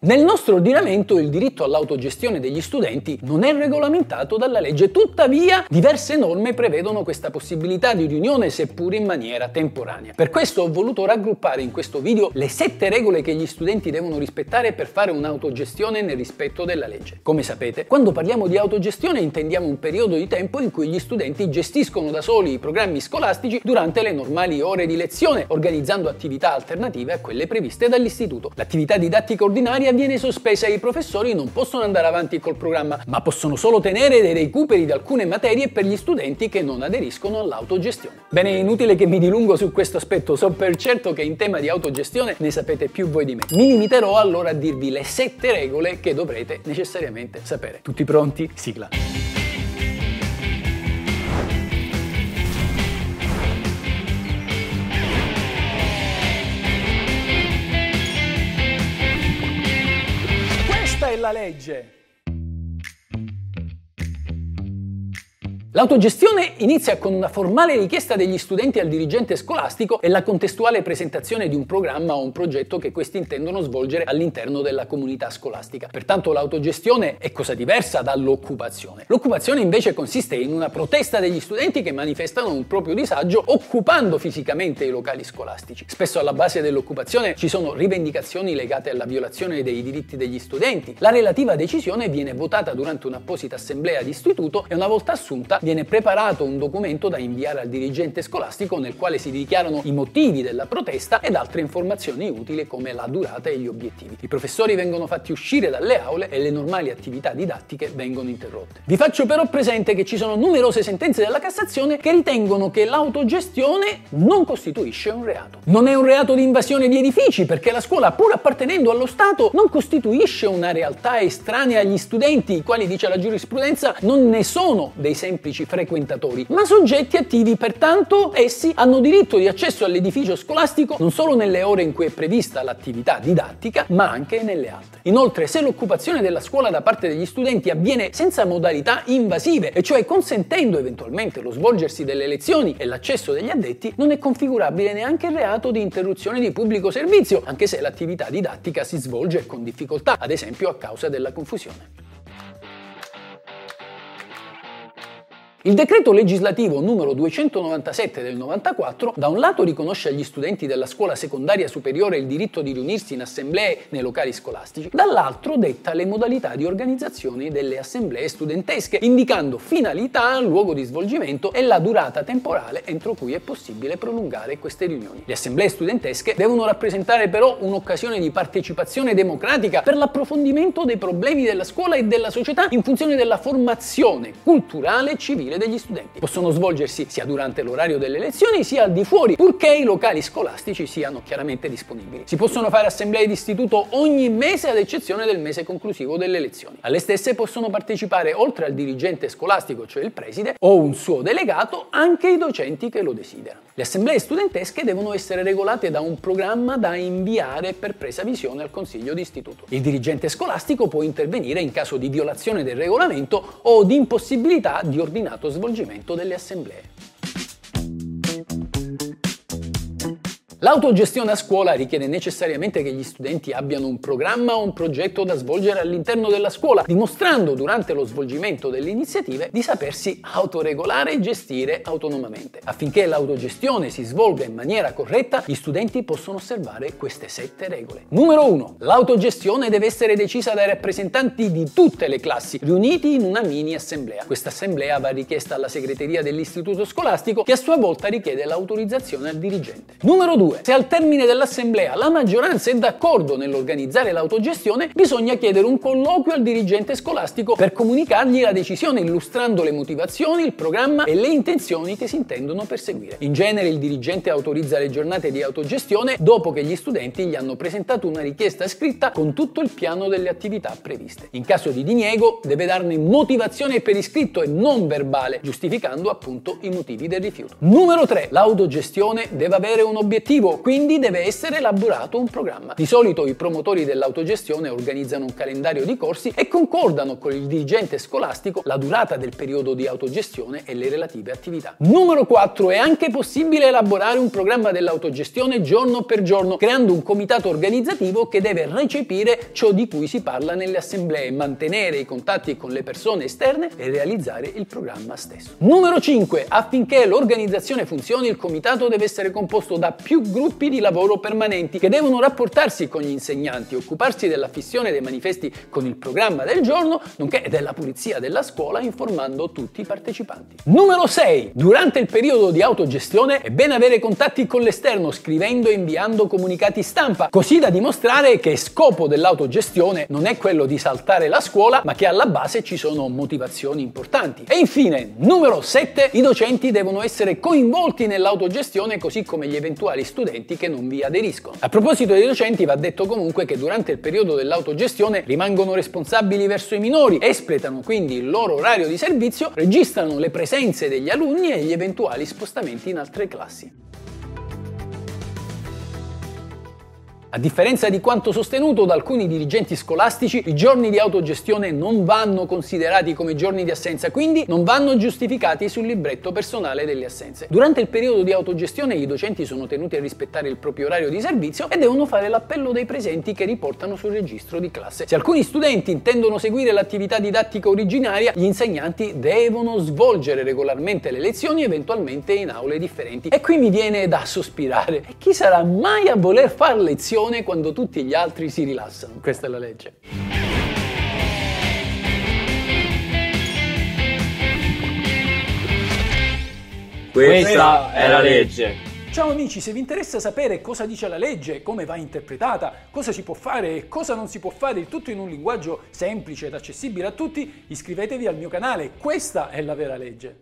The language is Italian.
Nel nostro ordinamento il diritto all'autogestione degli studenti non è regolamentato dalla legge, tuttavia diverse norme prevedono questa possibilità di riunione, seppur in maniera temporanea. Per questo ho voluto raggruppare in questo video le 7 regole che gli studenti devono rispettare per fare un'autogestione nel rispetto della legge. Come sapete, quando parliamo di autogestione intendiamo un periodo di tempo in cui gli studenti gestiscono da soli i programmi scolastici durante le normali ore di lezione, organizzando attività alternative a quelle previste dall'istituto. L'attività didattica ordinaria viene sospesa e i professori non possono andare avanti col programma, ma possono solo tenere dei recuperi di alcune materie per gli studenti che non aderiscono all'autogestione. Bene, è inutile che mi dilungo su questo aspetto, so per certo che in tema di autogestione ne sapete più voi di me. Mi limiterò allora a dirvi le 7 regole che dovrete necessariamente sapere. Tutti pronti? Sigla! È la legge. L'autogestione inizia con una formale richiesta degli studenti al dirigente scolastico e la contestuale presentazione di un programma o un progetto che questi intendono svolgere all'interno della comunità scolastica. Pertanto l'autogestione è cosa diversa dall'occupazione. L'occupazione invece consiste in una protesta degli studenti che manifestano un proprio disagio occupando fisicamente i locali scolastici. Spesso alla base dell'occupazione ci sono rivendicazioni legate alla violazione dei diritti degli studenti. La relativa decisione viene votata durante un'apposita assemblea di istituto e una volta assunta viene preparato un documento da inviare al dirigente scolastico nel quale si dichiarano i motivi della protesta ed altre informazioni utili come la durata e gli obiettivi. I professori vengono fatti uscire dalle aule e le normali attività didattiche vengono interrotte. Vi faccio però presente che ci sono numerose sentenze della Cassazione che ritengono che l'autogestione non costituisce un reato. Non è un reato di invasione di edifici perché la scuola, pur appartenendo allo Stato, non costituisce una realtà estranea agli studenti, i quali, dice la giurisprudenza, non ne sono dei semplici frequentatori, ma soggetti attivi. Pertanto essi hanno diritto di accesso all'edificio scolastico non solo nelle ore in cui è prevista l'attività didattica, ma anche nelle altre. Inoltre, se l'occupazione della scuola da parte degli studenti avviene senza modalità invasive, e cioè consentendo eventualmente lo svolgersi delle lezioni e l'accesso degli addetti, non è configurabile neanche il reato di interruzione di pubblico servizio, anche se l'attività didattica si svolge con difficoltà, ad esempio a causa della confusione. Il decreto legislativo numero 297 del 94 da un lato riconosce agli studenti della scuola secondaria superiore il diritto di riunirsi in assemblee nei locali scolastici, dall'altro detta le modalità di organizzazione delle assemblee studentesche, indicando finalità, luogo di svolgimento e la durata temporale entro cui è possibile prolungare queste riunioni. Le assemblee studentesche devono rappresentare però un'occasione di partecipazione democratica per l'approfondimento dei problemi della scuola e della società in funzione della formazione culturale e civile degli studenti. Possono svolgersi sia durante l'orario delle lezioni sia al di fuori, purché i locali scolastici siano chiaramente disponibili. Si possono fare assemblee di istituto ogni mese ad eccezione del mese conclusivo delle lezioni. Alle stesse possono partecipare, oltre al dirigente scolastico, cioè il preside, o un suo delegato, anche i docenti che lo desiderano. Le assemblee studentesche devono essere regolate da un programma da inviare per presa visione al consiglio di istituto. Il dirigente scolastico può intervenire in caso di violazione del regolamento o di impossibilità di ordinato svolgimento delle assemblee. L'autogestione a scuola richiede necessariamente che gli studenti abbiano un programma o un progetto da svolgere all'interno della scuola, dimostrando durante lo svolgimento delle iniziative di sapersi autoregolare e gestire autonomamente. Affinché l'autogestione si svolga in maniera corretta, gli studenti possono osservare queste 7 regole. Numero 1. L'autogestione deve essere decisa dai rappresentanti di tutte le classi, riuniti in una mini assemblea. Questa assemblea va richiesta alla segreteria dell'istituto scolastico, che a sua volta richiede l'autorizzazione al dirigente. Numero 2. Se al termine dell'assemblea la maggioranza è d'accordo nell'organizzare l'autogestione, bisogna chiedere un colloquio al dirigente scolastico per comunicargli la decisione, illustrando le motivazioni, il programma e le intenzioni che si intendono perseguire. In genere il dirigente autorizza le giornate di autogestione dopo che gli studenti gli hanno presentato una richiesta scritta con tutto il piano delle attività previste. In caso di diniego deve darne motivazione per iscritto e non verbale, giustificando appunto i motivi del rifiuto. Numero 3. L'autogestione deve avere un obiettivo. organizzativo, quindi deve essere elaborato un programma. Di solito i promotori dell'autogestione organizzano un calendario di corsi e concordano con il dirigente scolastico la durata del periodo di autogestione e le relative attività. Numero 4. È anche possibile elaborare un programma dell'autogestione giorno per giorno, creando un comitato organizzativo che deve recepire ciò di cui si parla nelle assemblee, mantenere i contatti con le persone esterne e realizzare il programma stesso. Numero 5. Affinché l'organizzazione funzioni, il comitato deve essere composto da più gruppi di lavoro permanenti che devono rapportarsi con gli insegnanti, occuparsi dell'affissione dei manifesti con il programma del giorno, nonché della pulizia della scuola, informando tutti i partecipanti. Numero 6. Durante il periodo di autogestione è bene avere contatti con l'esterno, scrivendo e inviando comunicati stampa, così da dimostrare che scopo dell'autogestione non è quello di saltare la scuola, ma che alla base ci sono motivazioni importanti. E infine, numero 7. I docenti devono essere coinvolti nell'autogestione, così come gli eventuali studenti che non vi aderiscono. A proposito dei docenti, va detto comunque che durante il periodo dell'autogestione rimangono responsabili verso i minori, espletano quindi il loro orario di servizio, registrano le presenze degli alunni e gli eventuali spostamenti in altre classi. A differenza di quanto sostenuto da alcuni dirigenti scolastici, i giorni di autogestione non vanno considerati come giorni di assenza, quindi non vanno giustificati sul libretto personale delle assenze. Durante il periodo di autogestione i docenti sono tenuti a rispettare il proprio orario di servizio e devono fare l'appello dei presenti che riportano sul registro di classe. Se alcuni studenti intendono seguire l'attività didattica originaria, gli insegnanti devono svolgere regolarmente le lezioni, eventualmente in aule differenti. E qui mi viene da sospirare: e chi sarà mai a voler fare lezioni quando tutti gli altri si rilassano? Questa è la legge. Questa è la legge. Ciao amici, se vi interessa sapere cosa dice la legge, come va interpretata, cosa si può fare e cosa non si può fare, il tutto in un linguaggio semplice ed accessibile a tutti, iscrivetevi al mio canale. Questa è la vera legge.